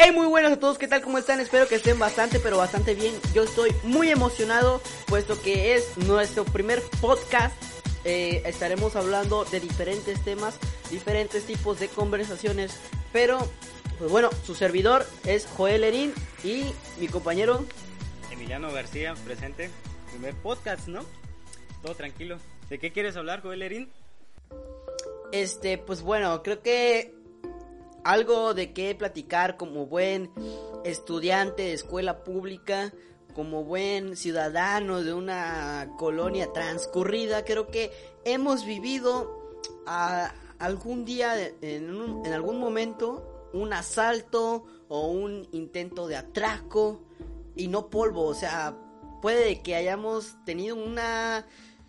Hey, muy buenas a todos, ¿qué tal? ¿Cómo están? Espero que estén bastante, pero bastante bien. Yo estoy muy emocionado, puesto que es nuestro primer podcast. Estaremos hablando de diferentes temas, diferentes tipos de conversaciones. Pero, pues bueno, su servidor es Joel Lerín y mi compañero Emiliano García, presente. Primer podcast, ¿no? Todo tranquilo. ¿De qué quieres hablar, Joel Lerín? Pues bueno, creo que algo de qué platicar como buen estudiante de escuela pública, como buen ciudadano de una colonia transcurrida. Creo que hemos vivido algún día, en algún momento, un asalto o un intento de atraco y no polvo. O sea, puede que hayamos tenido una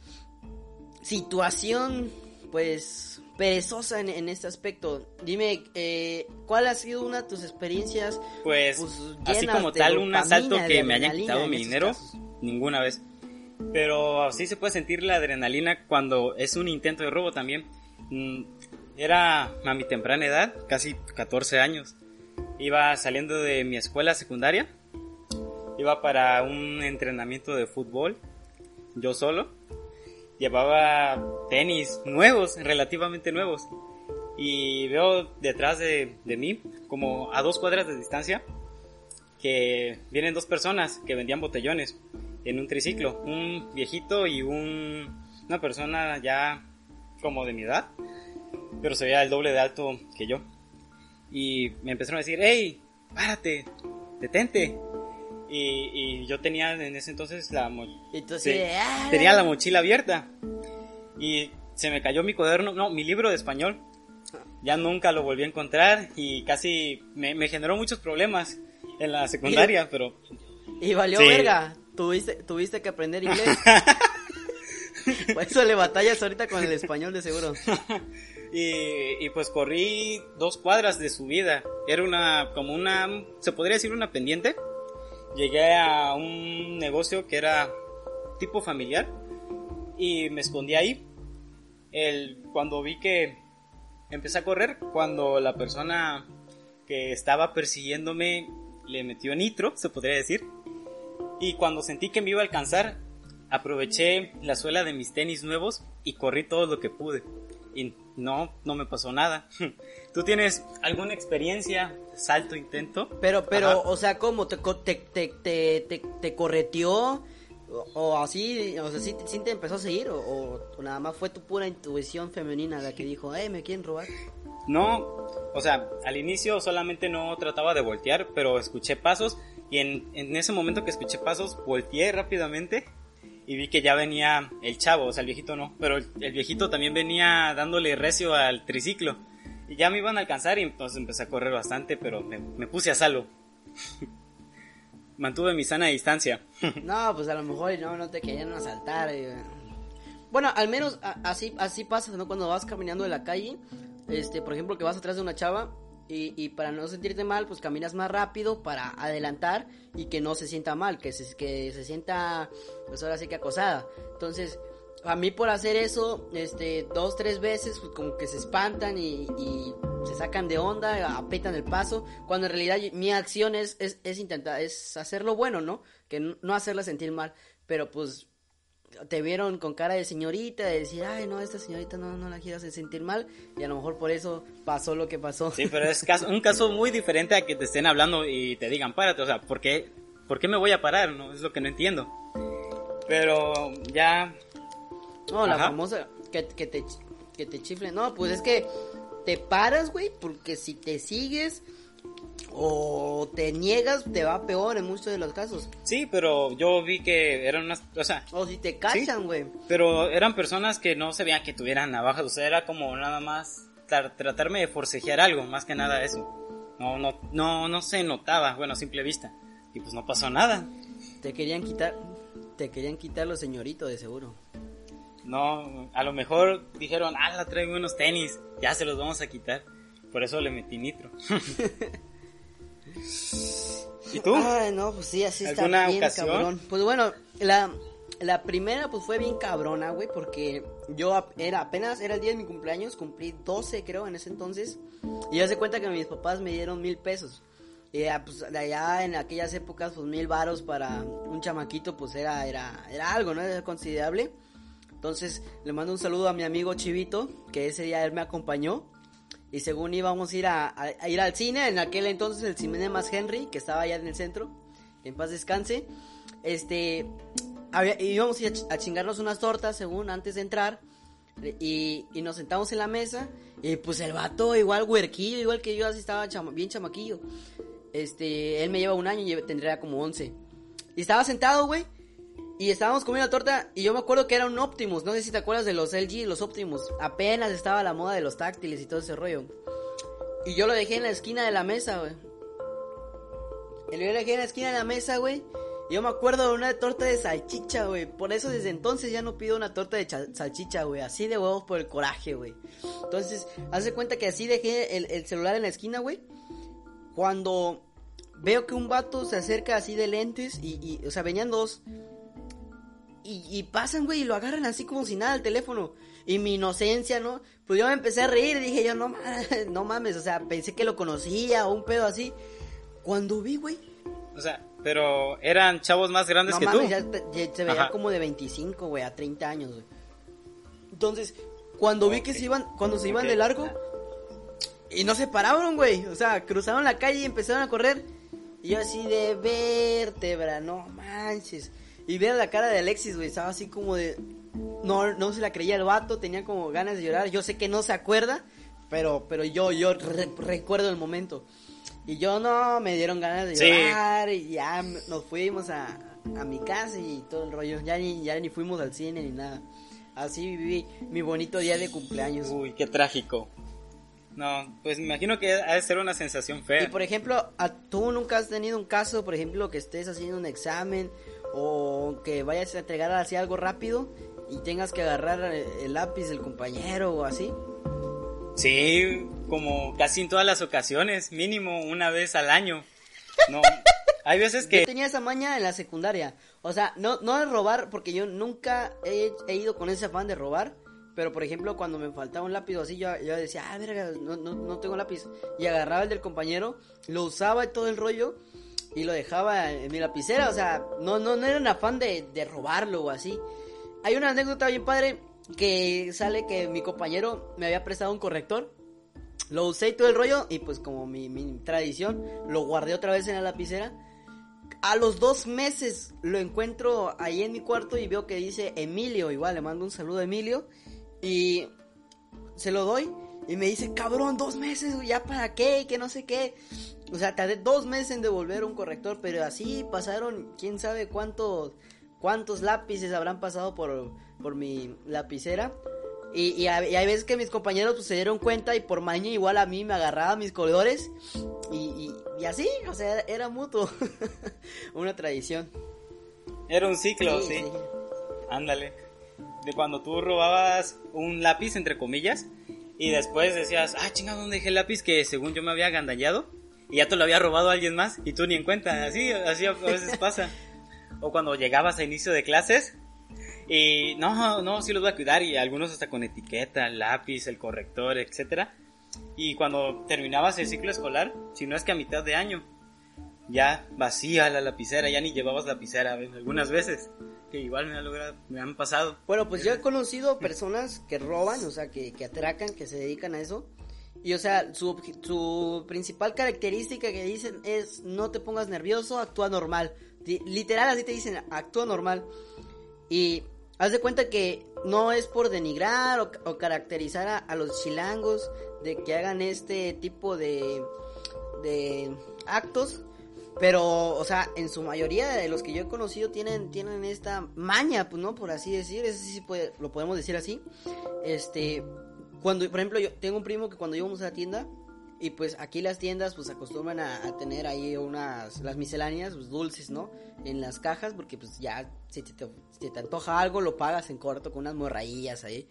situación pues perezosa en este aspecto. Dime, ¿cuál ha sido una de tus experiencias? Pues así como tal, un asalto que me hayan quitado mi dinero, ninguna vez. Pero así se puede sentir la adrenalina cuando es un intento de robo también. Era a mi temprana edad, casi 14 años. Iba saliendo de mi escuela secundaria. Iba para un entrenamiento de fútbol, yo solo. Llevaba tenis nuevos, relativamente nuevos. Y veo detrás de mí, como a 2 cuadras de distancia, que vienen 2 personas que vendían botellones en un triciclo. Un viejito y una persona ya como de mi edad, pero se veía el doble de alto que yo. Y me empezaron a decir: ¡Hey, párate, detente! Y yo tenía en ese entonces tenía la mochila abierta y se me cayó mi cuaderno, mi libro de español. Ya nunca lo volví a encontrar y casi me generó muchos problemas en la secundaria, pero... Y valió verga, tuviste que aprender inglés. Por eso le batallas ahorita con el español de seguro. Y pues corrí 2 cuadras de subida. Era se podría decir una pendiente. Llegué a un negocio que era tipo familiar y me escondí ahí. Cuando vi que empecé a correr, cuando la persona que estaba persiguiéndome le metió nitro, se podría decir, y cuando sentí que me iba a alcanzar, aproveché la suela de mis tenis nuevos y corrí todo lo que pude. Y no me pasó nada. ¿Tú tienes alguna experiencia, salto, intento? Pero, o sea, ¿cómo? ¿Te correteó? ¿O así? O sea, ¿sí te empezó a seguir? ¿O nada más fue tu pura intuición femenina la que dijo: me quieren robar? No, o sea, al inicio solamente no trataba de voltear, pero escuché pasos. Y en ese momento que escuché pasos, volteé rápidamente y vi que ya venía el chavo, o sea, el viejito no, pero el viejito también venía dándole recio al triciclo. Y ya me iban a alcanzar y entonces empecé a correr bastante, pero me puse a salvo. Mantuve mi sana distancia. No, pues a lo mejor no te querían asaltar. Bueno, al menos así pasa, ¿no? Cuando vas caminando de la calle, por ejemplo, que vas atrás de una chava y para no sentirte mal, pues caminas más rápido para adelantar y que no se sienta mal, que se sienta, pues ahora sí que acosada. Entonces, a mí por hacer eso, 2, 3 veces, pues como que se espantan y se sacan de onda, apretan el paso, cuando en realidad mi acción es intentar, es hacerlo bueno, ¿no? Que no hacerla sentir mal, pero pues te vieron con cara de señorita, de decir: ay, no, esta señorita no la quiero hacer sentir mal, y a lo mejor por eso pasó lo que pasó. Sí, pero es un caso muy diferente a que te estén hablando y te digan: párate. O sea, ¿por qué me voy a parar? No, es lo que no entiendo. Pero ya... No, la famosa que te chiflen. No, pues es que te paras, güey, porque si te sigues o te niegas, te va peor en muchos de los casos. Sí, pero yo vi que eran unas... O si te cachan, güey. ¿Sí? Pero eran personas que no se veían que tuvieran navajas. O sea, era como nada más tratarme de forcejear algo, más que nada eso. No se notaba, bueno, a simple vista. Y pues no pasó nada. Te querían quitar los señoritos, de seguro. No, a lo mejor dijeron: la traigo unos tenis, ya se los vamos a quitar. Por eso le metí nitro. ¿Y tú? Ay, no, pues sí, así está bien ocasión? Cabrón. Pues bueno, la primera pues fue bien cabrona, güey, porque yo apenas era el día de mi cumpleaños, cumplí 12 creo en ese entonces, y ya se cuenta que mis papás me dieron 1,000 pesos. Pues de allá en aquellas épocas, pues 1,000 varos para un chamaquito, pues era algo, ¿no? Era considerable. Entonces le mando un saludo a mi amigo Chivito, que ese día él me acompañó. Y según íbamos a ir al cine, en aquel entonces el Cinemas Henry, que estaba allá en el centro, en paz descanse. Íbamos a chingarnos unas tortas, según, antes de entrar. Y nos sentamos en la mesa. Y pues el vato, igual huerquillo, igual que yo, así estaba bien chamaquillo. Él me lleva 1 año y tendría como 11. Y estaba sentado, güey. Y estábamos comiendo la torta. Y yo me acuerdo que era un Optimus. No sé si te acuerdas de los LG, los Optimus. Apenas estaba la moda de los táctiles y todo ese rollo. Y yo lo dejé en la esquina de la mesa, güey. Y lo dejé en la esquina de la mesa, güey. Y yo me acuerdo de una torta de salchicha, güey. Por eso desde entonces ya no pido una torta de salchicha, güey. Así de huevos por el coraje, güey. Entonces, haz de cuenta que así dejé el celular en la esquina, güey. Cuando veo que un vato se acerca así de lentes o sea, venían dos. Y pasan, güey, y lo agarran así como si nada el teléfono. Y mi inocencia, ¿no? Pues yo me empecé a reír y dije yo, no mames, o sea, pensé que lo conocía o un pedo así. Cuando vi, güey. O sea, pero eran chavos más grandes que tú. Ya se veía como de 25, güey, a 30 años, güey. Entonces, cuando vi que se iban de largo, y no se pararon, güey. O sea, cruzaron la calle y empezaron a correr. Y yo así de vértebra, no manches. Y ver la cara de Alexis, güey, estaba así como de... No se la creía el vato, tenía como ganas de llorar. Yo sé que no se acuerda, pero yo recuerdo el momento. Y yo me dieron ganas de llorar. Y ya nos fuimos a mi casa y todo el rollo. Ya ni fuimos al cine ni nada. Así viví mi bonito día de cumpleaños. Uy, qué trágico. No, pues me imagino que ha de ser una sensación fea. Y por ejemplo, ¿tú nunca has tenido un caso, por ejemplo, que estés haciendo un examen o que vayas a entregar así algo rápido y tengas que agarrar el lápiz del compañero o así? Sí, como casi en todas las ocasiones, mínimo una vez al año. No, hay veces que... Yo tenía esa maña en la secundaria. O sea, no de robar, porque yo nunca he ido con ese afán de robar. Pero por ejemplo, cuando me faltaba un lápiz o así, yo decía, verga, no tengo lápiz. Y agarraba el del compañero, lo usaba y todo el rollo y lo dejaba en mi lapicera. O sea, no era un afán de robarlo o así. Hay una anécdota bien padre que sale que mi compañero me había prestado un corrector. Lo usé y todo el rollo y pues como mi tradición, lo guardé otra vez en la lapicera. A los 2 meses lo encuentro ahí en mi cuarto y veo que dice Emilio. Igual le mando un saludo a Emilio. Y se lo doy y me dice, cabrón, 2 meses, ¿ya para qué? Que no sé qué. O sea, tardé 2 meses en devolver un corrector, pero así pasaron, quién sabe cuántos lápices habrán pasado por mi lapicera. Y hay veces que mis compañeros pues, se dieron cuenta y por maña igual a mí me agarraban mis colores y así, o sea, era mutuo. Una tradición. Era un ciclo, sí. Ándale. De cuando tú robabas un lápiz, entre comillas, y después decías, chingado, ¿dónde dejé el lápiz que según yo me había agandallado? Y ya te lo había robado alguien más y tú ni en cuenta. Así a veces pasa. O cuando llegabas a inicio de clases y no, sí los voy a cuidar, y algunos hasta con etiqueta, el lápiz, el corrector, etcétera. Y cuando terminabas el ciclo escolar, si no es que a mitad de año, ya vacía la lapicera, ya ni llevabas lapicera algunas veces. Que igual me han pasado. Bueno, pues yo he conocido personas que roban, o sea, que atracan, que se dedican a eso. Y o sea, su principal característica que dicen es: no te pongas nervioso, actúa normal. Literal, así te dicen, actúa normal. Y haz de cuenta que no es por denigrar o caracterizar a los chilangos de que hagan este tipo de actos. Pero, o sea, en su mayoría de los que yo he conocido tienen esta maña, pues, ¿no? Por así decir, ese sí lo podemos decir así. Cuando, por ejemplo, yo tengo un primo que cuando íbamos a la tienda, y pues aquí las tiendas pues acostumbran a tener ahí las misceláneas, pues, dulces, ¿no? En las cajas, porque pues ya si te antoja algo, lo pagas en corto con unas morraillas ahí.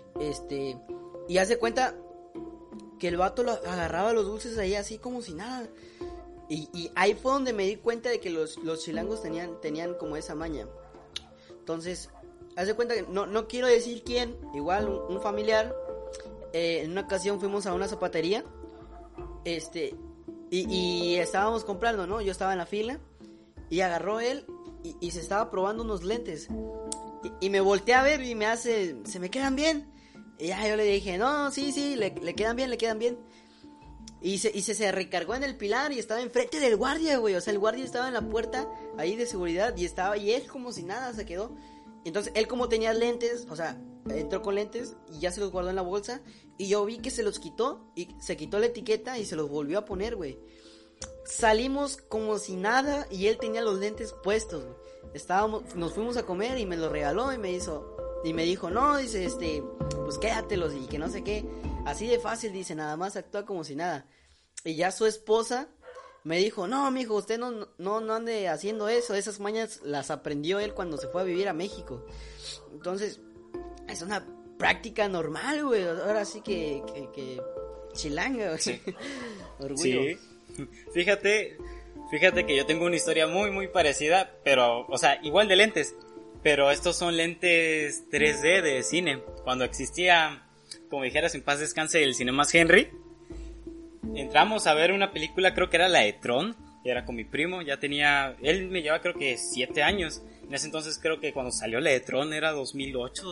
Y hace cuenta que el vato agarraba los dulces ahí así como si nada. Y ahí fue donde me di cuenta de que los chilangos tenían como esa maña. Entonces, haz de cuenta que no quiero decir quién, igual un familiar, en una ocasión fuimos a una zapatería, Y estábamos comprando, ¿no? Yo estaba en la fila y agarró él y se estaba probando unos lentes. Y me volteé a ver y me hace, ¿se me quedan bien? Y ya yo le dije, no, sí, le quedan bien. Y se recargó en el pilar y estaba enfrente del guardia, güey. O sea, el guardia estaba en la puerta ahí de seguridad y él como si nada se quedó. Entonces, él como tenía lentes, o sea, entró con lentes y ya se los guardó en la bolsa. Y yo vi que se los quitó y se quitó la etiqueta y se los volvió a poner, güey. Salimos como si nada y él tenía los lentes puestos, güey. Nos fuimos a comer y me los regaló y me dijo, no, dice, pues quédatelos y que no sé qué. Así de fácil, dice, nada más actúa como si nada. Y ya su esposa me dijo, no, mijo, usted no ande haciendo eso. Esas mañas las aprendió él cuando se fue a vivir a México. Entonces, es una práctica normal, güey. Ahora sí que chilanga, güey. Sí. Orgullo. Sí. Fíjate que yo tengo una historia muy, muy parecida, pero, o sea, igual de lentes. Pero estos son lentes 3D de cine. Cuando existía, como dijeras, en paz descanse, el Cinemas Henry, entramos a ver una película, creo que era la de Tron, y era con mi primo, él me llevaba creo que 7 años. En ese entonces creo que cuando salió la de Tron era 2008,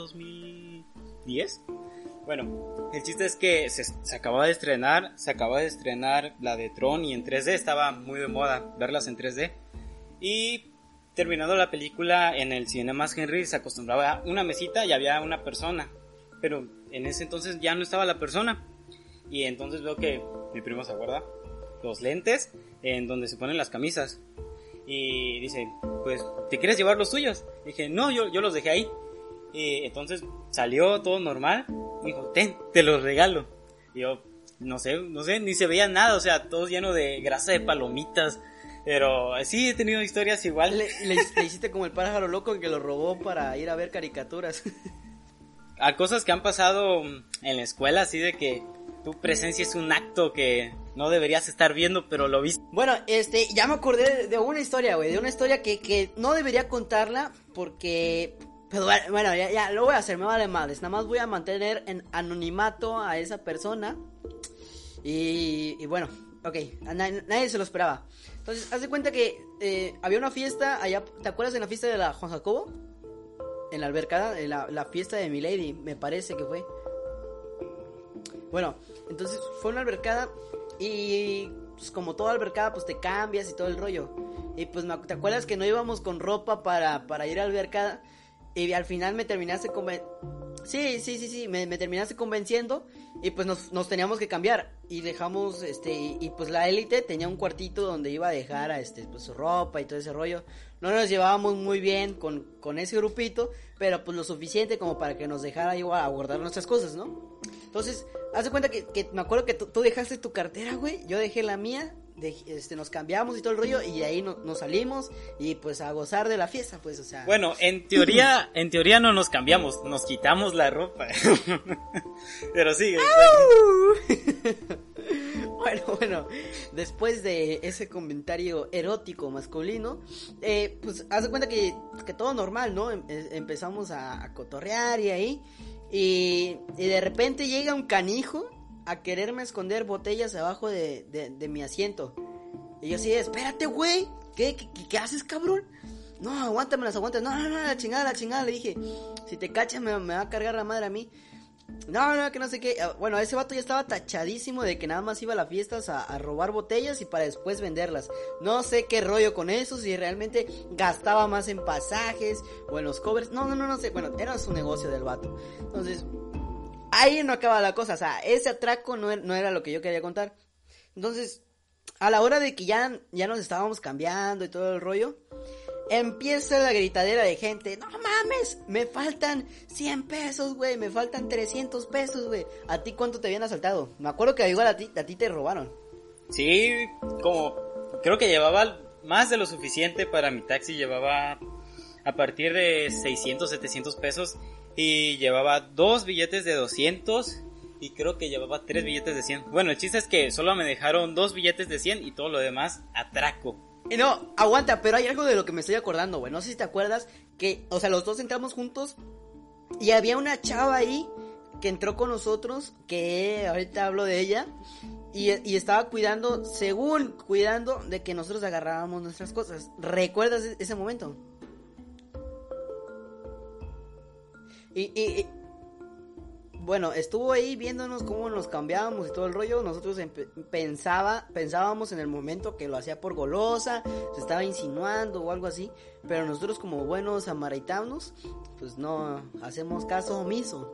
2010. Bueno, el chiste es que se acababa de estrenar la de Tron y en 3D estaba muy de moda verlas en 3D. Y terminando la película en el Cinemas Henry se acostumbraba a una mesita y había una persona, pero en ese entonces ya no estaba la persona. Y entonces veo que mi primo se guarda los lentes en donde se ponen las camisas y dice, pues, ¿te quieres llevar los tuyos? Dije, no, yo los dejé ahí. Y entonces salió todo normal. Me dijo, te los regalo. Y yo, no sé, ni se veía nada, o sea, todo lleno de grasa de palomitas. Pero sí he tenido historias igual. Le hiciste como el pájaro loco que lo robó para ir a ver caricaturas. A cosas que han pasado en la escuela, así de que tu presencia es un acto que no deberías estar viendo, pero lo viste. Bueno, ya me acordé de una historia, güey, de una historia que no debería contarla porque... Pero bueno, ya lo voy a hacer, me vale madres. Nada más voy a mantener en anonimato a esa persona. Y bueno, ok, nadie se lo esperaba. Entonces, haz de cuenta que había una fiesta allá, ¿te acuerdas de la fiesta de la Juan Jacobo? En la albercada, la fiesta de Milady, me parece que fue. Bueno, entonces fue una albercada y pues como toda albercada pues te cambias y todo el rollo. Y pues ¿te acuerdas que no íbamos con ropa para ir a albercada? Y al final me terminaste Sí, me terminaste convenciendo. Y pues nos teníamos que cambiar. Y dejamos, y pues la élite tenía un cuartito donde iba a dejar pues su ropa y todo ese rollo. No nos llevábamos muy bien con ese grupito, pero pues lo suficiente como para que nos dejara igual a guardar nuestras cosas, ¿no? Entonces, haz de cuenta que me acuerdo que tú dejaste tu cartera, güey, yo dejé la mía, nos cambiamos y todo el rollo, y de ahí nos salimos, y pues a gozar de la fiesta, pues, o sea... Bueno, en teoría no nos cambiamos, nos quitamos la ropa. Pero sí. Bueno, después de ese comentario erótico masculino, pues haz de cuenta que todo normal, ¿no? Empezamos a cotorrear y ahí, y de repente llega un canijo a quererme esconder botellas abajo de mi asiento. Y yo así, espérate, güey, ¿qué haces, cabrón? No, aguántamelas. No, la chingada, le dije, si te cachas me va a cargar la madre a mí. No, que no sé qué. Bueno, ese vato ya estaba tachadísimo de que nada más iba a las fiestas a robar botellas y para después venderlas. No sé qué rollo con eso, si realmente gastaba más en pasajes o en los covers. No sé. Bueno, era su negocio del vato. Entonces, ahí no acaba la cosa. O sea, ese atraco no era lo que yo quería contar. Entonces, a la hora de que ya nos estábamos cambiando y todo el rollo, empieza la gritadera de gente. No mames, me faltan 100 pesos, güey, me faltan 300 pesos, güey. ¿A ti cuánto te habían asaltado? Me acuerdo que igual a ti te robaron. Sí, como creo que llevaba más de lo suficiente para mi taxi. Llevaba a partir de 600, 700 pesos. Y llevaba 2 billetes de 200 y creo que llevaba 3 billetes de 100. Bueno, el chiste es que solo me dejaron 2 billetes de 100 y todo lo demás atraco. No, aguanta, pero hay algo de lo que me estoy acordando, güey. No sé si te acuerdas que, o sea, los dos entramos juntos y había una chava ahí que entró con nosotros, que ahorita hablo de ella. Y estaba cuidando, según cuidando de que nosotros agarrábamos nuestras cosas. ¿Recuerdas ese momento? Y bueno, estuvo ahí viéndonos cómo nos cambiábamos y todo el rollo. Nosotros pensábamos en el momento que lo hacía por golosa, se estaba insinuando o algo así. Pero nosotros como buenos samaritanos, pues no hacemos caso omiso.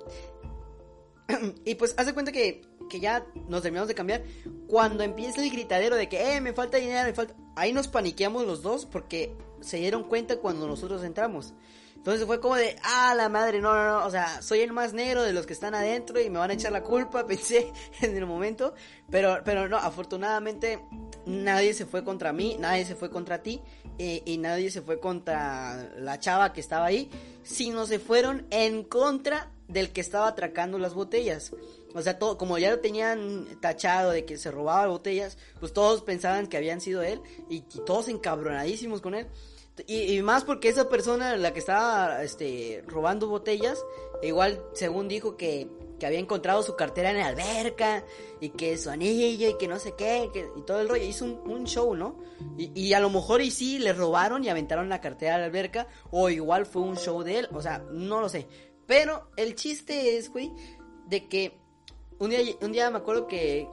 Y pues haz de cuenta que ya nos terminamos de cambiar. Cuando empieza el gritadero de que me falta dinero, me falta... Ahí nos paniqueamos los dos porque se dieron cuenta cuando nosotros entramos. Entonces fue como de, la madre, no, o sea, soy el más negro de los que están adentro y me van a echar la culpa, pensé en el momento, pero no, afortunadamente nadie se fue contra mí, nadie se fue contra ti, y nadie se fue contra la chava que estaba ahí, sino se fueron en contra del que estaba atracando las botellas. O sea, todo, como ya lo tenían tachado de que se robaba botellas, pues todos pensaban que habían sido él, y todos encabronadísimos con él. Y más porque esa persona, la que estaba robando botellas, igual según dijo que había encontrado su cartera en la alberca, y que su anillo, y que no sé qué, y todo el rollo, hizo un show, ¿no? Y a lo mejor y sí, le robaron y aventaron la cartera a la alberca, o igual fue un show de él, o sea, no lo sé. Pero el chiste es, güey, de que un día me acuerdo que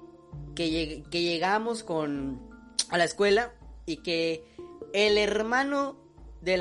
llegamos a la escuela, y que el hermano de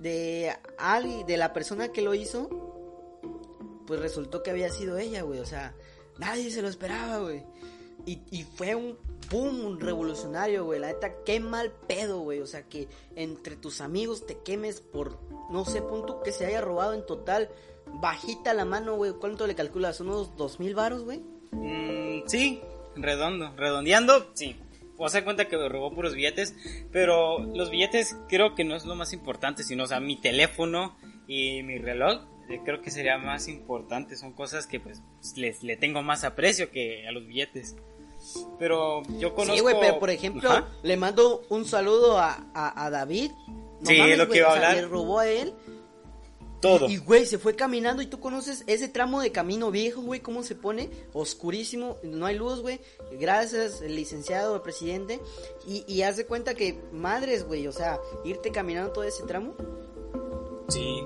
la persona que lo hizo, pues resultó que había sido ella, güey. O sea, nadie se lo esperaba, güey. Y fue un boom revolucionario, güey. La neta, qué mal pedo, güey. O sea, que entre tus amigos te quemes por, no sé, punto que se haya robado en total, bajita la mano, güey. ¿Cuánto le calculas? ¿Unos 2,000 varos, güey? Sí, redondeando, sí. O sea, cuenta que me robó puros billetes, pero los billetes creo que no es lo más importante, sino, o sea, mi teléfono y mi reloj, creo que sería más importante. Son cosas que pues le tengo más aprecio que a los billetes. Pero yo conozco... Sí, güey, pero por ejemplo, le mando un saludo a David. No sí, mames, es lo que iba a hablar. Le robó a él todo. Y güey, se fue caminando, y tú conoces ese tramo de camino viejo, güey, cómo se pone oscurísimo, no hay luz, güey. Gracias, el licenciado, el presidente. Y haz de cuenta que, madres, güey, o sea, irte caminando todo ese tramo. Sí.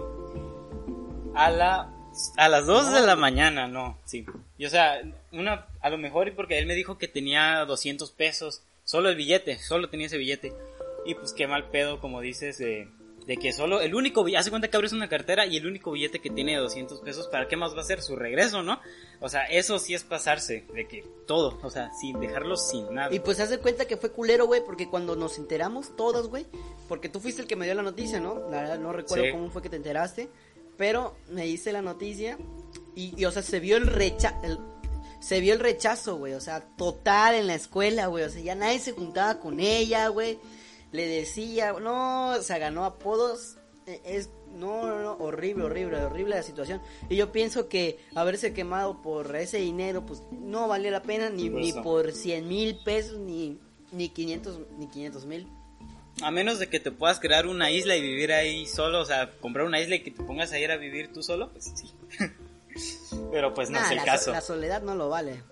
A las 2 de la mañana, no, sí. Y o sea, a lo mejor, y porque él me dijo que tenía 200 pesos, solo el billete, solo tenía ese billete. Y pues qué mal pedo, como dices, de que solo el único billete, hace cuenta que abres una cartera y el único billete que tiene de 200 pesos, ¿para qué más va a ser? Su regreso, ¿no? O sea, eso sí es pasarse, de que todo, o sea, sin dejarlo sin nada. Y pues haz de cuenta que fue culero, güey, porque cuando nos enteramos todos, güey, porque tú fuiste el que me dio la noticia, ¿no? La verdad no recuerdo cómo fue que te enteraste, pero me diste la noticia y o sea, se vio el rechazo, güey, o sea, total en la escuela, güey, o sea, ya nadie se juntaba con ella, güey. Le decía, no, o sea, ganó apodos, no, horrible la situación. Y yo pienso que haberse quemado por ese dinero, pues no valía la pena ni por 100,000 pesos, ni 500,000. A menos de que te puedas crear una isla y vivir ahí solo, o sea, comprar una isla y que te pongas a ir a vivir tú solo, pues sí. Pero pues no es el caso. La soledad no lo vale.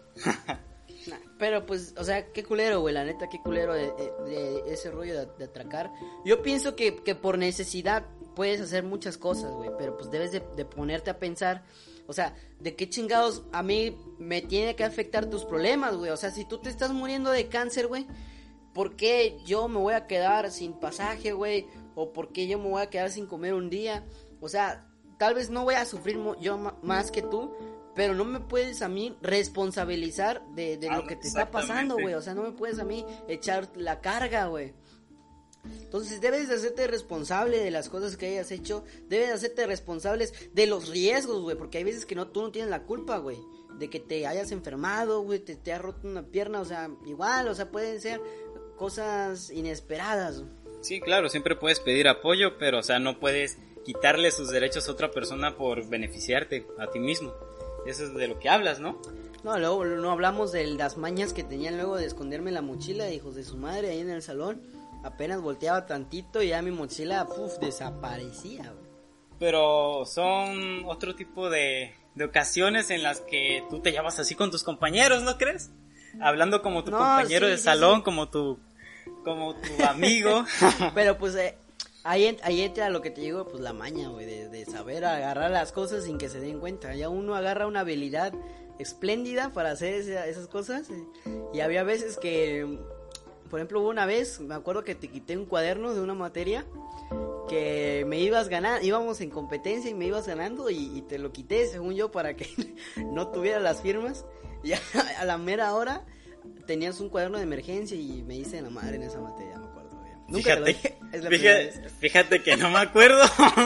Pero pues, o sea, qué culero, güey, la neta, qué culero de ese rollo de atracar. Yo pienso que por necesidad puedes hacer muchas cosas, güey, pero pues debes de ponerte a pensar, o sea, de qué chingados a mí me tiene que afectar tus problemas, güey. O sea, si tú te estás muriendo de cáncer, güey, ¿por qué yo me voy a quedar sin pasaje, güey? ¿O por qué yo me voy a quedar sin comer un día? O sea, tal vez no voy a sufrir yo más que tú, pero no me puedes a mí responsabilizar de lo que te está pasando, güey. O sea, no me puedes a mí echar la carga, güey. Entonces debes de hacerte responsable de las cosas que hayas hecho. Debes de hacerte responsables de los riesgos, güey. Porque hay veces que tú no tienes la culpa, güey, de que te hayas enfermado, güey, te has roto una pierna. O sea, igual, o sea, pueden ser cosas inesperadas. Sí, claro, siempre puedes pedir apoyo, pero, o sea, no puedes quitarle sus derechos a otra persona por beneficiarte a ti mismo. Eso es de lo que hablas, ¿no? No, luego no hablamos de las mañas que tenían luego de esconderme la mochila, hijos de su madre, ahí en el salón. Apenas volteaba tantito y ya mi mochila, desaparecía, güey. Pero son otro tipo de ocasiones en las que tú te llevas así con tus compañeros, ¿no crees? hablando como tu compañero de salón, como tu amigo. Pero pues ahí entra lo que te digo, pues la maña, güey, de saber agarrar las cosas sin que se den cuenta. Ya uno agarra una habilidad espléndida para hacer esas cosas. Y había veces que, por ejemplo, hubo una vez, me acuerdo que te quité un cuaderno de una materia que me ibas ganando, íbamos en competencia y me ibas ganando y te lo quité, según yo, para que no tuviera las firmas. Y a la mera hora tenías un cuaderno de emergencia y me hice la madre en esa materia, me acuerdo bien. Nunca te lo dije, es la primera vez. Fíjate que no me acuerdo.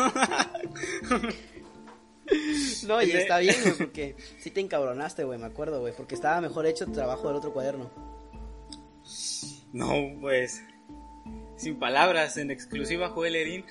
No, y está bien, güey, porque sí te encabronaste, güey, me acuerdo, güey, porque estaba mejor hecho tu trabajo del otro cuaderno. No, pues, sin palabras, en exclusiva Joel Erin.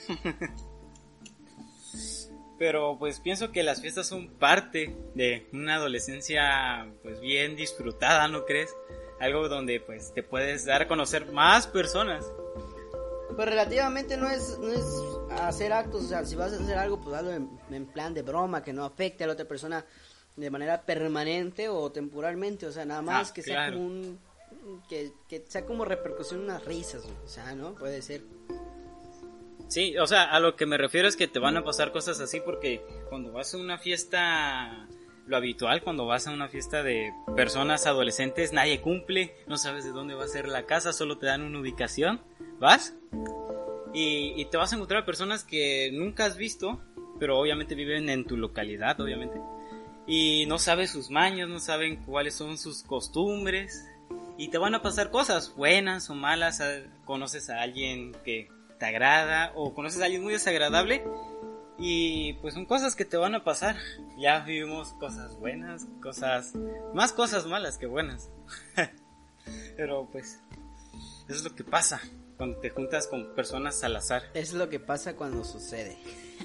Pero pues pienso que las fiestas son parte de una adolescencia pues bien disfrutada, ¿no crees? Algo donde pues te puedes dar a conocer más personas. Pues relativamente no es hacer actos, o sea, si vas a hacer algo, pues hazlo en plan de broma, que no afecte a la otra persona de manera permanente o temporalmente, o sea, nada más que sea como que sea como repercusión unas risas, o sea, ¿no? Puede ser. Sí, o sea, a lo que me refiero es que te van a pasar cosas así porque cuando vas a una fiesta, lo habitual, cuando vas a una fiesta de personas adolescentes, nadie cumple, no sabes de dónde va a ser la casa, solo te dan una ubicación, vas y te vas a encontrar personas que nunca has visto, pero obviamente viven en tu localidad, obviamente, y no sabes sus maños, no saben cuáles son sus costumbres, y te van a pasar cosas buenas o malas, conoces a alguien que te agrada o conoces a alguien muy desagradable y pues son cosas que te van a pasar. Ya vivimos cosas buenas, más cosas malas que buenas. Pero pues eso es lo que pasa cuando te juntas con personas al azar. Es lo que pasa cuando sucede.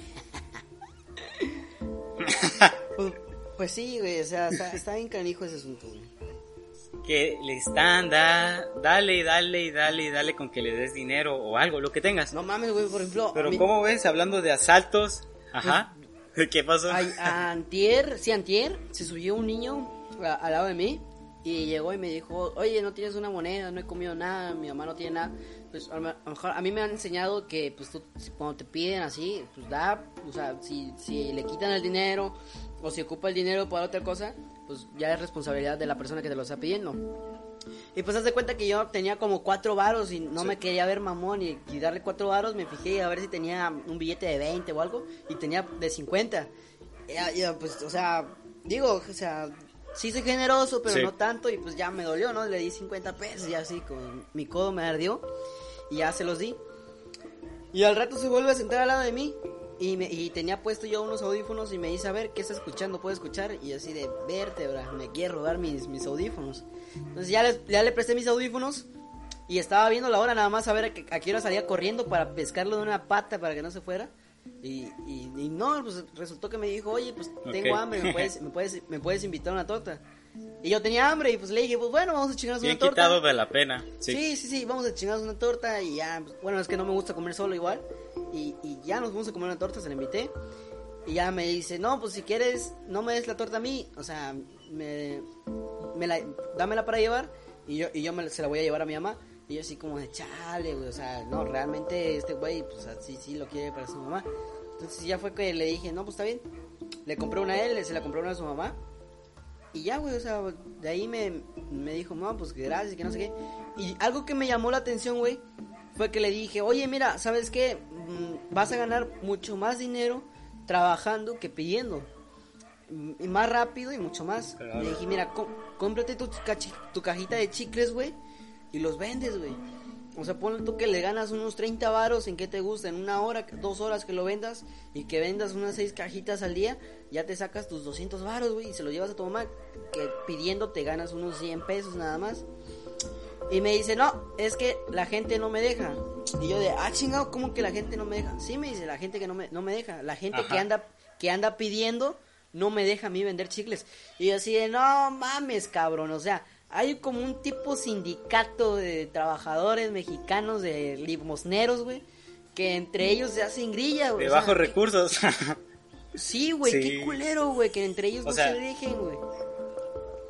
pues sí, güey, o sea, está bien canijo ese asunto, güey. Que le están dale con que le des dinero o algo, lo que tengas. No mames, güey, por ejemplo. Pero ¿cómo ves? Hablando de asaltos. Ajá. Pues, ¿qué pasó? Antier, se subió un niño al lado de mí y llegó y me dijo, oye, no tienes una moneda, no he comido nada, mi mamá no tiene nada. Pues a lo mejor a mí me han enseñado que pues tú, cuando te piden así, pues da, o sea, si le quitan el dinero o si ocupa el dinero para otra cosa, pues ya es responsabilidad de la persona que te lo está pidiendo. Y pues haz de cuenta que yo tenía como 4 varos y no me quería ver mamón y darle 4 varos, me fijé a ver si tenía un billete de 20 o algo y tenía de 50. Y pues, o sea, digo, o sea, sí soy generoso, pero no tanto y pues ya me dolió, ¿no? Le di 50 pesos y así, con mi codo me ardió y ya se los di. Y al rato se vuelve a sentar al lado de mí. Y tenía puesto yo unos audífonos y me dice, a ver, ¿qué está escuchando? ¿Puedo escuchar? Y así de, vértebra, me quiere robar mis audífonos. Entonces ya le presté mis audífonos y estaba viendo la hora nada más a ver a qué hora salía corriendo para pescarlo de una pata para que no se fuera. Y no, pues resultó que me dijo, oye, pues tengo hambre, me puedes invitar a una torta. Y yo tenía hambre y pues le dije, pues bueno, vamos a chingarnos una torta. Bien quitado de la pena. Sí, vamos a chingarnos una torta y ya, pues, bueno, es que no me gusta comer solo igual. Y ya nos fuimos a comer una torta, se la invité. Y ya me dice, no, pues si quieres, no me des la torta a mí. O sea, dámela para llevar. Y yo se la voy a llevar a mi mamá. Y yo así como de chale, güey. O sea, no, realmente este güey, pues sí lo quiere para su mamá. Entonces ya fue que le dije, no, pues está bien. Le compré una a él, se la compré una a su mamá. Y ya, güey, o sea, de ahí me dijo, no, pues gracias, que no sé qué. Y algo que me llamó la atención, güey, fue que le dije, oye, mira, ¿sabes qué? Vas a ganar mucho más dinero trabajando que pidiendo. Y más rápido y mucho más. Claro. Le dije, mira, cómprate tu cajita de chicles, güey, y los vendes, güey. O sea, ponle tú que le ganas unos 30 varos, ¿en qué te gusta? En 1 hora, 2 horas que lo vendas y que vendas unas 6 cajitas al día, ya te sacas tus 200 varos, güey, y se los llevas a tu mamá, que pidiendo te ganas unos 100 pesos nada más. Y me dice, no, es que la gente no me deja. Y yo de, chingado, ¿cómo que la gente no me deja? Sí, me dice, la gente que no me deja. La gente que anda pidiendo no me deja a mí vender chicles. Y yo así de, no mames, cabrón, o sea, hay como un tipo sindicato de trabajadores mexicanos, de limosneros, güey, que entre ellos se hacen grilla, güey. De bajos recursos. Sí, güey, qué culero, güey, que entre ellos no se dejen, güey.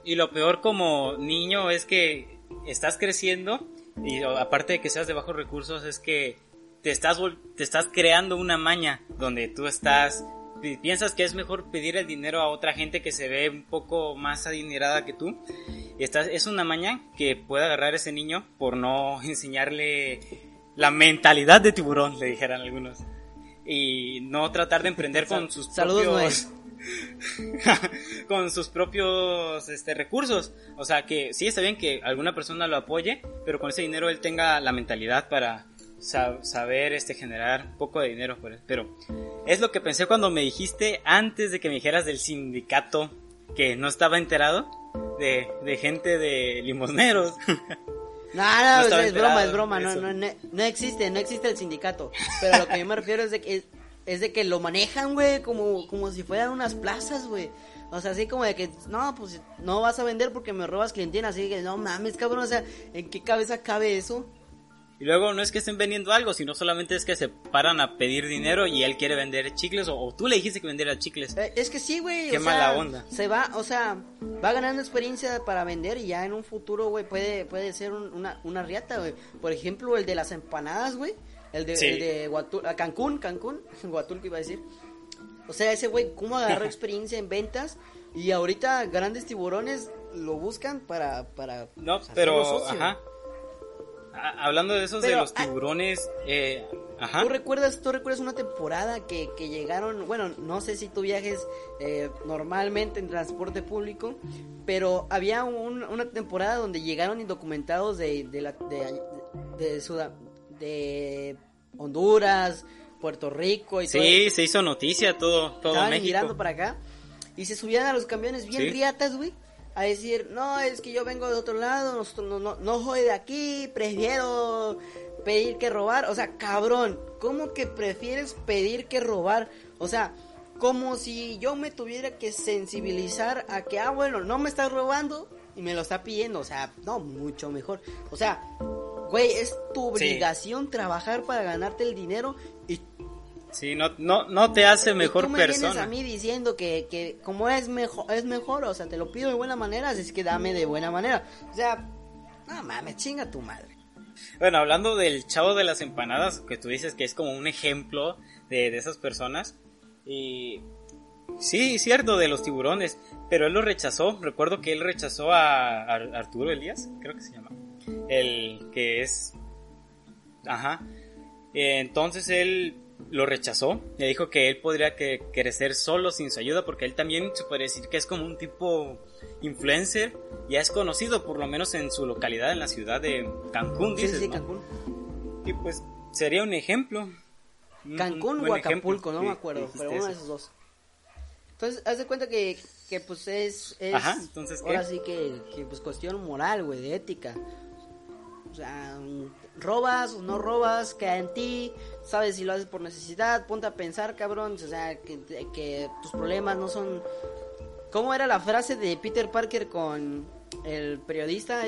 Y lo peor como niño es que estás creciendo y aparte de que seas de bajos recursos es que te estás creando una maña donde tú piensas que es mejor pedir el dinero a otra gente que se ve un poco más adinerada que tú. Y es una maña que puede agarrar ese niño por no enseñarle la mentalidad de tiburón, le dijeran algunos. Y no tratar de emprender con sus propios con sus propios recursos. O sea que sí está bien que alguna persona lo apoye, pero con ese dinero él tenga la mentalidad para saber generar un poco de dinero. Pero es lo que pensé cuando me dijiste antes de que me dijeras del sindicato, que no estaba enterado de gente de limosneros. No, es broma, no existe el sindicato. Pero lo que yo me refiero es de que lo manejan, güey, como si fueran unas plazas, güey. O sea, así como de que, no, pues no vas a vender porque me robas clientela, así que no mames, cabrón, o sea, ¿en qué cabeza cabe eso? Y luego no es que estén vendiendo algo, sino solamente es que se paran a pedir dinero y él quiere vender chicles, o tú le dijiste que vendiera chicles. Es que sí, güey. Qué mala onda. Va ganando experiencia para vender y ya en un futuro, güey, puede ser una riata, güey. Por ejemplo, el de las empanadas, güey. El de Cancún, Huatulco iba a decir. O sea, ese güey, ¿cómo agarró experiencia en ventas? Y ahorita grandes tiburones lo buscan para no, pero, socio. Ajá. Hablando de esos de los tiburones, ajá. ¿Tú recuerdas una temporada que llegaron? Bueno, no sé si tú viajes normalmente en transporte público, pero había una temporada donde llegaron indocumentados de Honduras, Puerto Rico y todo. Sí, se hizo noticia todo estaban México. Girando para acá y se subían a los camiones bien riatas, güey. A decir, no, es que yo vengo de otro lado, no soy de aquí, prefiero pedir que robar. O sea, cabrón, ¿cómo que prefieres pedir que robar? O sea, como si yo me tuviera que sensibilizar a que, bueno, no me estás robando y me lo está pidiendo. O sea, no, mucho mejor. O sea, güey, es tu obligación trabajar para ganarte el dinero y... Sí, no te hace mejor persona. Tú me vienes a mí diciendo que como es mejor, o sea, te lo pido de buena manera, así es que dame de buena manera. O sea, no mames, chinga tu madre. Bueno, hablando del chavo de las empanadas, que tú dices que es como un ejemplo de esas personas, y sí, cierto, de los tiburones, pero él lo rechazó. Recuerdo que él rechazó a Arturo Elías, creo que se llama, el que es... Ajá. Entonces él lo rechazó, le dijo que él podría crecer solo sin su ayuda, porque él también se podría decir que es como un tipo influencer, ya es conocido por lo menos en su localidad, en la ciudad de Cancún, dices, sí, ¿no? Cancún. Y pues sería un ejemplo. Cancún o Acapulco, no me acuerdo, pero uno de esos dos. Entonces, haz de cuenta que pues es ajá, entonces, ¿qué? Ahora sí que pues cuestión moral, güey, de ética. O sea, robas o no robas, queda en ti, sabes si lo haces por necesidad, ponte a pensar, cabrón, o sea, que tus problemas no son... ¿Cómo era la frase de Peter Parker con el periodista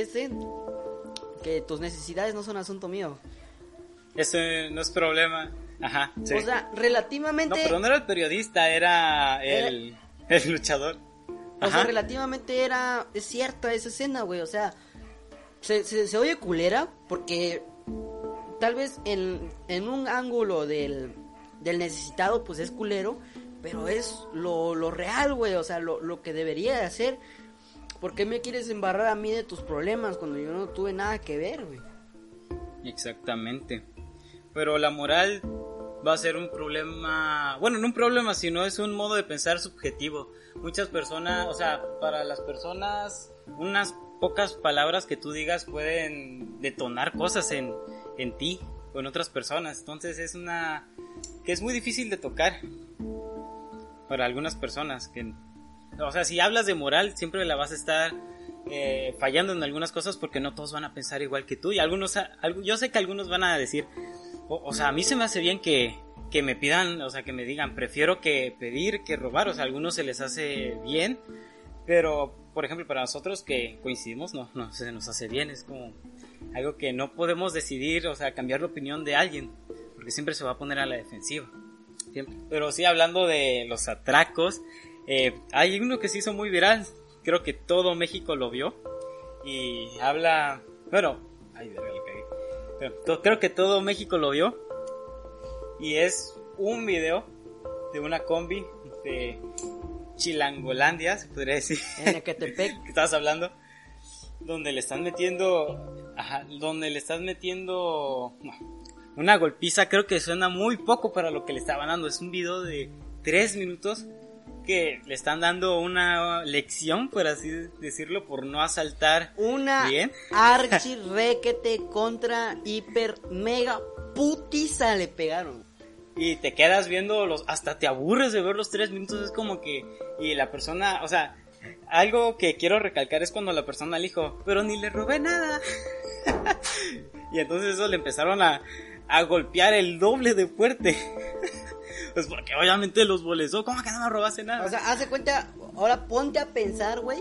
que tus necesidades no son asunto mío? Ese no es problema, ajá, sí. O sea, relativamente... No, pero no era el periodista, era el luchador. Ajá. O sea, relativamente es cierta esa escena, güey, o sea... Se oye culera porque tal vez en un ángulo del necesitado pues es culero, pero es lo real, güey, o sea, lo que debería de hacer. ¿Por qué me quieres embarrar a mí de tus problemas cuando yo no tuve nada que ver, güey? Exactamente. Pero la moral va a ser un problema, bueno, no un problema, sino es un modo de pensar subjetivo. Muchas personas, o sea, para las personas, unas pocas palabras que tú digas pueden detonar cosas en ti o en otras personas. Entonces que es muy difícil de tocar para algunas personas. O sea, si hablas de moral, siempre la vas a estar fallando en algunas cosas porque no todos van a pensar igual que tú. Y yo sé que algunos van a decir, o sea, a mí se me hace bien que me pidan, o sea, que me digan, prefiero que pedir que robar. O sea, a algunos se les hace bien, pero por ejemplo, para nosotros que coincidimos, no se nos hace bien, es como algo que no podemos decidir, o sea, cambiar la opinión de alguien, porque siempre se va a poner a la defensiva, siempre. Pero sí, hablando de los atracos, hay uno que se hizo muy viral, creo que todo México lo vio. Y habla... Bueno, ay, verga, le cagué. Pero creo que todo México lo vio. Y es un video de una combi de Chilangolandia, se podría decir. En Ecatepec. ¿Qué estabas hablando? Donde le están metiendo... Ajá, donde le están metiendo... una golpiza. Creo que suena muy poco para lo que le estaban dando. Es un video de 3 minutos que le están dando una lección, por así decirlo, por no asaltar una bien. Archi requete contra hiper mega putiza le pegaron. Y te quedas viendo hasta te aburres de ver los 3 minutos, es como que, y la persona, o sea, algo que quiero recalcar es cuando la persona le dijo, pero ni le robé nada. Y entonces eso le empezaron a golpear el doble de fuerte. Pues porque obviamente los molestó. ¿Cómo que no me robaste nada? O sea, haz de cuenta, ahora ponte a pensar, güey,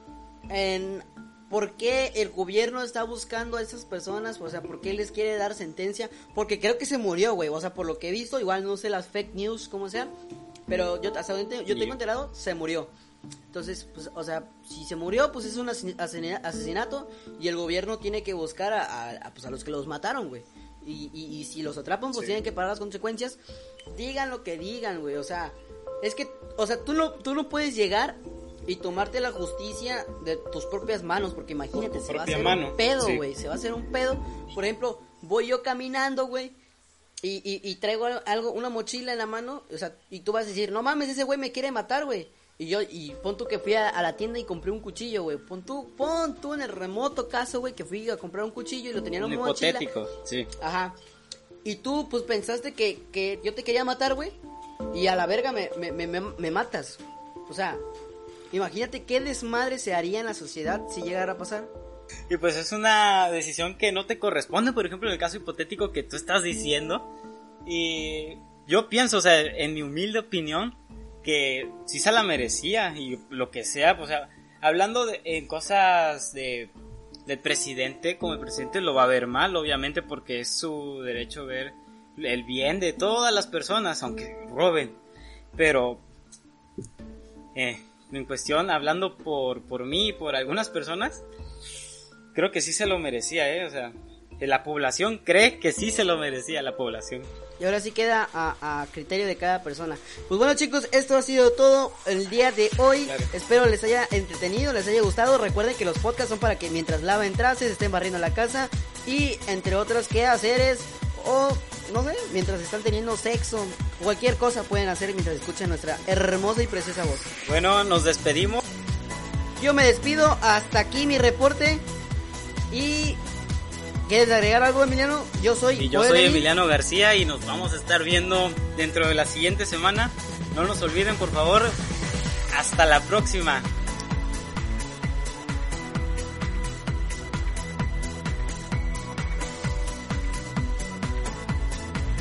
en por qué el gobierno está buscando a esas personas, o sea, por qué les quiere dar sentencia, porque creo que se murió, güey, o sea, por lo que he visto, igual no sé las fake news, como sea, pero yo hasta donde yo tengo enterado, se murió. Entonces, pues, o sea, si se murió, pues es un asesinato y el gobierno tiene que buscar a los que los mataron, güey. Y si los atrapan, pues tienen que pagar las consecuencias. Digan lo que digan, güey. O sea, es que, o sea, tú no puedes llegar y tomarte la justicia de tus propias manos. Porque imagínate, se va a hacer un pedo, güey. Se va a hacer un pedo. Por ejemplo, voy yo caminando, güey, y traigo algo, una mochila en la mano. O sea, y tú vas a decir, no mames, ese güey me quiere matar, güey. Y pon tú que fui a la tienda y compré un cuchillo, güey. Pon tú en el remoto caso, güey, que fui a comprar un cuchillo y lo tenía en una mochila. Hipotético, sí. Ajá. Y tú, pues, pensaste que yo te quería matar, güey. Y a la verga me matas. O sea, imagínate qué desmadre se haría en la sociedad si llegara a pasar. Y pues es una decisión que no te corresponde, por ejemplo, en el caso hipotético que tú estás diciendo. Y yo pienso, o sea, en mi humilde opinión, que sí se la merecía y lo que sea, pues, o sea, hablando en cosas del presidente, como el presidente lo va a ver mal, obviamente, porque es su derecho ver el bien de todas las personas, aunque roben, pero en cuestión, hablando por mí y por algunas personas, creo que sí se lo merecía, o sea, la población cree que sí se lo merecía, la población. Y ahora sí queda a criterio de cada persona. Pues bueno, chicos, esto ha sido todo el día de hoy. Claro. Espero les haya entretenido, les haya gustado. Recuerden que los podcasts son para que mientras laven trastes, estén barriendo la casa y entre otros quehaceres o no sé, mientras están teniendo sexo, cualquier cosa pueden hacer mientras escuchan nuestra hermosa y preciosa voz. Bueno, nos despedimos. Yo me despido, hasta aquí mi reporte. Y ¿quieres agregar algo, Emiliano? Yo soy Emiliano García y nos vamos a estar viendo dentro de la siguiente semana. No nos olviden, por favor. Hasta la próxima.